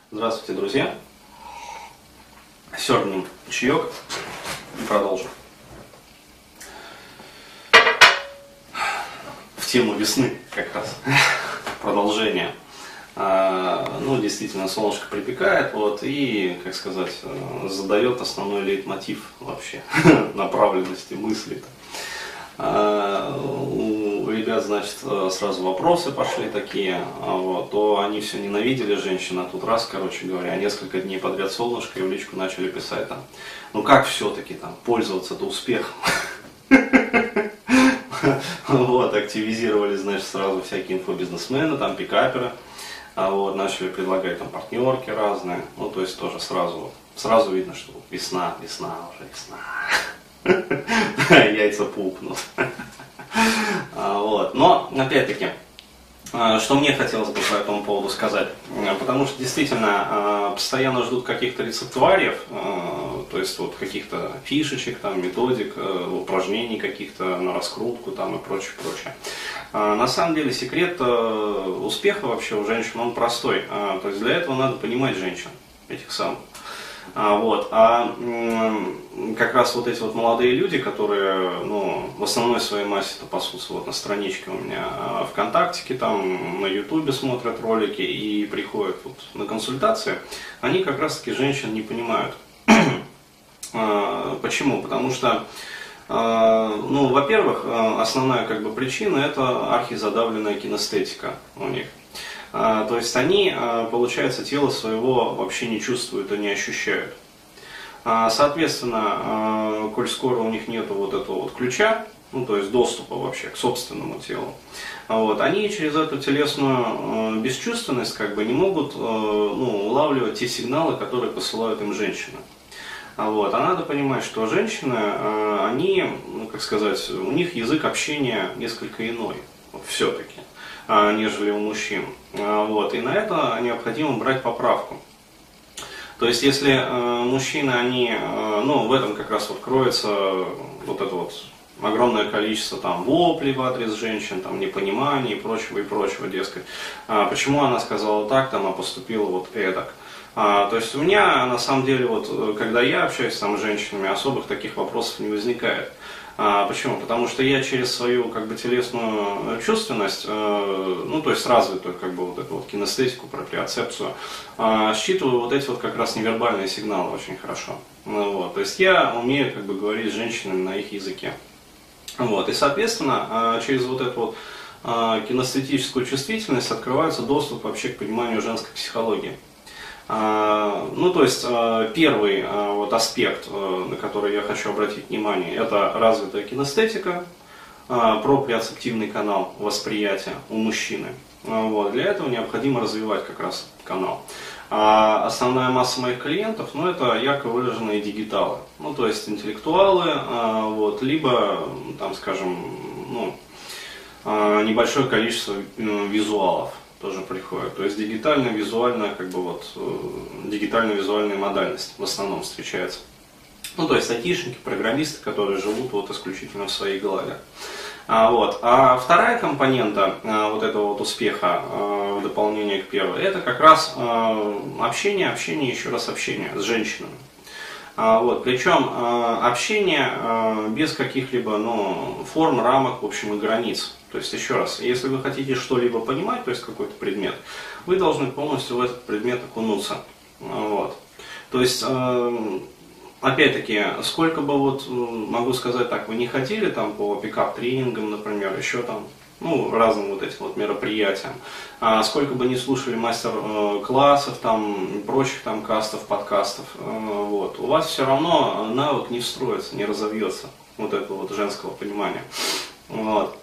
Здравствуйте, друзья! Сернем чаек и продолжим. В тему весны как раз. Продолжение. Ну, действительно, солнышко припекает, вот, и, как сказать, задает основной лейтмотив вообще направленности мысли. У ребят, значит, сразу вопросы пошли такие, вот, то они все ненавидели женщин, а тут раз, короче говоря, несколько дней подряд солнышко, и в личку начали писать там, ну как все-таки там пользоваться-то успехом. Вот, активизировали, значит, сразу всякие инфобизнесмены, там, пикаперы, вот, начали предлагать там партнерки разные, ну, то есть тоже сразу видно, что весна, уже весна. Яйца пукнут. Вот. Но, опять-таки, что мне хотелось бы по этому поводу сказать, потому что действительно постоянно ждут каких-то рецептуариев, то есть вот каких-то фишечек, там, методик, упражнений каких-то на раскрутку там, и прочее. На самом деле секрет успеха вообще у женщин, он простой. То есть для этого надо понимать женщин, этих самых. Вот. Как раз вот эти вот молодые люди, которые, ну, в основной своей массе-то пасутся вот на страничке у меня ВКонтактике, там на Ютубе смотрят ролики и приходят вот на консультации, они как раз таки женщин не понимают. Почему? Потому что, ну, во-первых, основная как бы причина — это архизадавленная кинестетика у них. То есть они, получается, тело своего вообще не чувствуют и не ощущают. Соответственно, коль скоро у них нет вот этого вот ключа, ну, то есть доступа вообще к собственному телу, вот, они через эту телесную бесчувственность как бы не могут, ну, улавливать те сигналы, которые посылают им женщины. Вот. А надо понимать, что женщины, они, ну, как сказать, у них язык общения несколько иной, все-таки, нежели у мужчин. Вот. И на это необходимо брать поправку. То есть, если мужчины, они, ну, в этом как раз вот кроется вот это вот огромное количество там воплей в адрес женщин, там непонимания и прочего, дескать. Почему она сказала так, там, а поступила вот эдак. То есть у меня на самом деле, вот, когда я общаюсь там, с женщинами, особых таких вопросов не возникает. Почему? Потому что я через свою как бы телесную чувственность, ну то есть развитую как бы вот эту вот кинестетику, проприоцепцию, считываю вот эти вот как раз невербальные сигналы очень хорошо. Вот. То есть я умею как бы говорить с женщинами на их языке. Вот. И соответственно через вот эту вот кинестетическую чувствительность открывается доступ вообще к пониманию женской психологии. Ну, то есть, первый вот аспект, на который я хочу обратить внимание, это развитая кинестетика, проприоцептивный канал восприятия у мужчины. Вот. Для этого необходимо развивать как раз канал. Основная масса моих клиентов, ну, это ярко выраженные дигиталы, ну, то есть интеллектуалы, вот, либо, там, скажем, ну, небольшое количество визуалов тоже приходит. То есть дигитально-визуальная, как бы вот, дигитально-визуальная модальность в основном встречается. Ну, то есть айтишники, программисты, которые живут вот исключительно в своей голове. Вот. А вторая компонента вот этого вот успеха в дополнение к первой, это как раз общение, еще раз общение с женщинами. Вот. Причем общение без каких-либо, ну, форм, рамок, в общем, и границ. То есть, еще раз, если вы хотите что-либо понимать, то есть какой-то предмет, вы должны полностью в этот предмет окунуться. Вот. То есть, опять-таки, сколько бы, вот, могу сказать так, вы не ходили там по пикап-тренингам, например, еще там, ну, разным вот этим вот мероприятиям, сколько бы не слушали мастер-классов, там, прочих там кастов, подкастов, вот, у вас все равно навык не встроится, не разовьется вот этого вот женского понимания. Вот.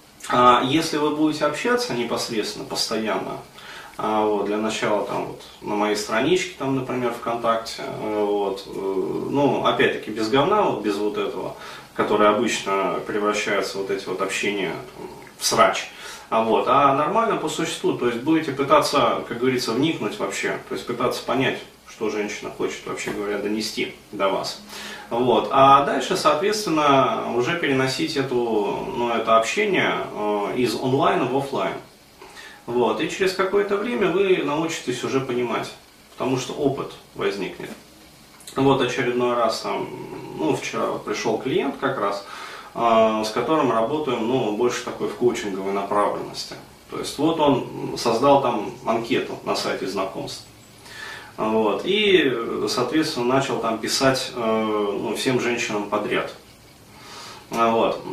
А если вы будете общаться непосредственно, постоянно, вот, для начала там вот на моей страничке, там, например, ВКонтакте, вот, ну, опять-таки без говна, вот, без вот этого, которое обычно превращается вот эти вот общения там, в срач, вот, а нормально по существу, то есть будете пытаться, как говорится, вникнуть вообще, то есть пытаться понять, что женщина хочет, вообще говоря, донести до вас. Вот. А дальше, соответственно, уже переносить это общение из онлайна в офлайн. Вот. И через какое-то время вы научитесь уже понимать, потому что опыт возникнет. Вот очередной раз, ну, вчера вот пришел клиент как раз, с которым работаем, ну, больше такой в коучинговой направленности. То есть вот он создал там анкету на сайте знакомств. Вот, и, соответственно, начал там писать, ну, всем женщинам подряд. Вот.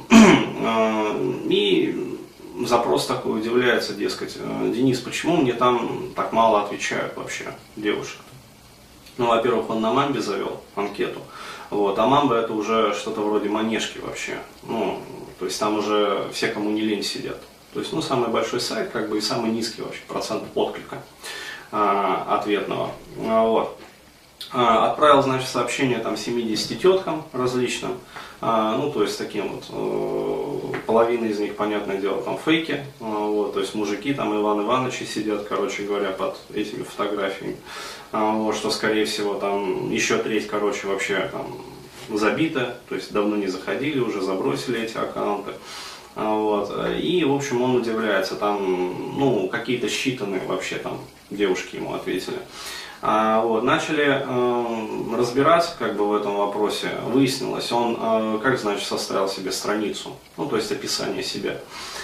И запрос такой удивляется, дескать, Денис, почему мне там так мало отвечают вообще девушек? Ну, во-первых, он на Мамбе завел анкету, вот, а Мамба это уже что-то вроде Манежки вообще, ну, то есть там уже все, кому не лень, сидят. То есть, ну, самый большой сайт, как бы, и самый низкий вообще процент отклика ответного. Вот. Отправил, значит, сообщение там 70 теткам различным, ну, то есть таким вот, половина из них, понятное дело, там фейки, вот, то есть мужики там Иван Ивановичи сидят, короче говоря, под этими фотографиями, вот, что, скорее всего, там еще треть, короче, вообще там забита, то есть давно не заходили, уже забросили эти аккаунты. Вот. И, в общем, он удивляется, там, ну, какие-то считанные вообще там девушки ему ответили. Вот. Начали разбираться как бы в этом вопросе, выяснилось, он, как значит, составил себе страницу, ну, то есть описание себя.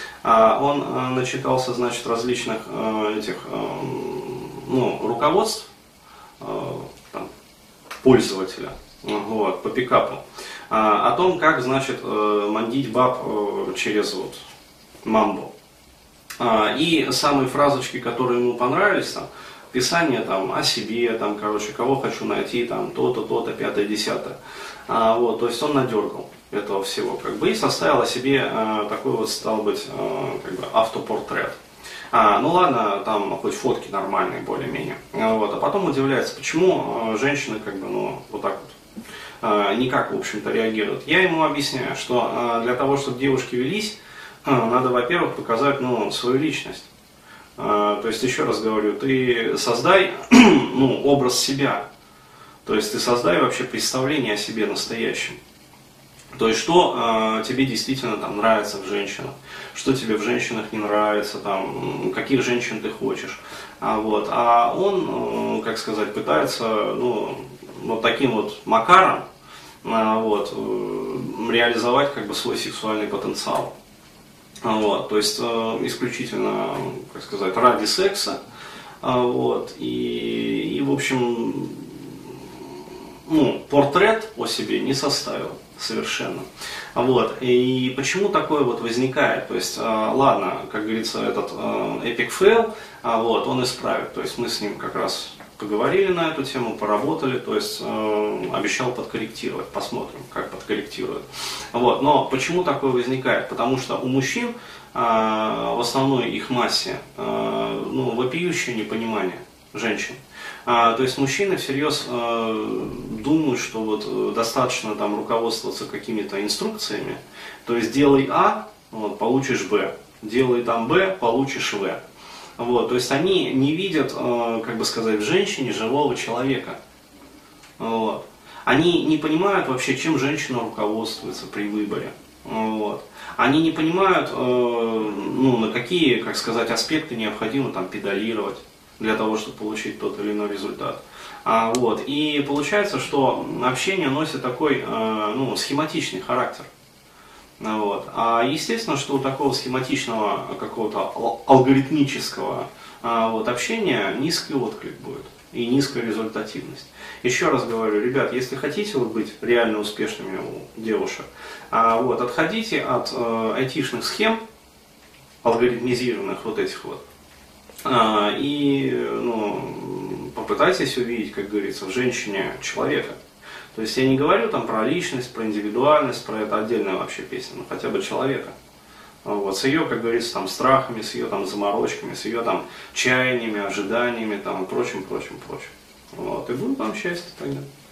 Он начитался, значит, различных этих, ну, руководств там, пользователя, вот, по пикапу. О том, как, значит, мандить баб через вот Мамбу. И самые фразочки, которые ему понравились, там, писание там о себе, там, короче, кого хочу найти, там, то-то, то-то, пятое, десятое. Вот, то есть он надергал этого всего, как бы, и составил о себе такой вот, стал быть, как бы, автопортрет. Ну ладно, там хоть фотки нормальные более-менее. Вот, а потом удивляется, почему женщины, как бы, ну, вот так вот никак, в общем-то, реагируют. Я ему объясняю, что для того, чтобы девушки велись, надо, во-первых, показать, ну, свою личность. То есть, еще раз говорю, ты создай, ну, образ себя. То есть, ты создай вообще представление о себе настоящем. То есть, что тебе действительно там нравится в женщинах, что тебе в женщинах не нравится, там, каких женщин ты хочешь. Вот. А он, как сказать, пытается, ну, вот таким вот макаром, вот, реализовать как бы свой сексуальный потенциал. Вот, то есть исключительно, как сказать, ради секса. Вот, и в общем, ну, портрет о себе не составил совершенно. Вот, и почему такое вот возникает? То есть, ладно, как говорится, этот epic fail, вот, он исправит. То есть мы с ним как раз поговорили на эту тему, поработали, то есть обещал подкорректировать, посмотрим, как подкорректирует. Вот. Но почему такое возникает? Потому что у мужчин в основной их массе ну, вопиющее непонимание женщин. То есть мужчины всерьез думают, что вот достаточно там руководствоваться какими-то инструкциями, то есть делай А, вот, получишь Б, делай там Б, получишь В. Вот, то есть они не видят, как бы сказать, в женщине живого человека. Вот. Они не понимают вообще, чем женщина руководствуется при выборе. Вот. Они не понимают, ну, на какие, как сказать, аспекты необходимо там педалировать для того, чтобы получить тот или иной результат. Вот. И получается, что общение носит такой, ну, схематичный характер. Вот. А естественно, что у такого схематичного, какого-то алгоритмического вот, общения низкий отклик будет и низкая результативность. Еще раз говорю, ребят, если хотите вот быть реально успешными у девушек, вот, отходите от айтишных схем, алгоритмизированных вот этих вот, и ну, попытайтесь увидеть, как говорится, в женщине человека. То есть я не говорю там про личность, про индивидуальность, про это отдельная вообще песня, но хотя бы человека. Вот, с ее, как говорится, там, страхами, с ее там, заморочками, с ее там, чаяниями, ожиданиями там, и прочим, прочим, прочим. Вот, и будет вам счастье тогда.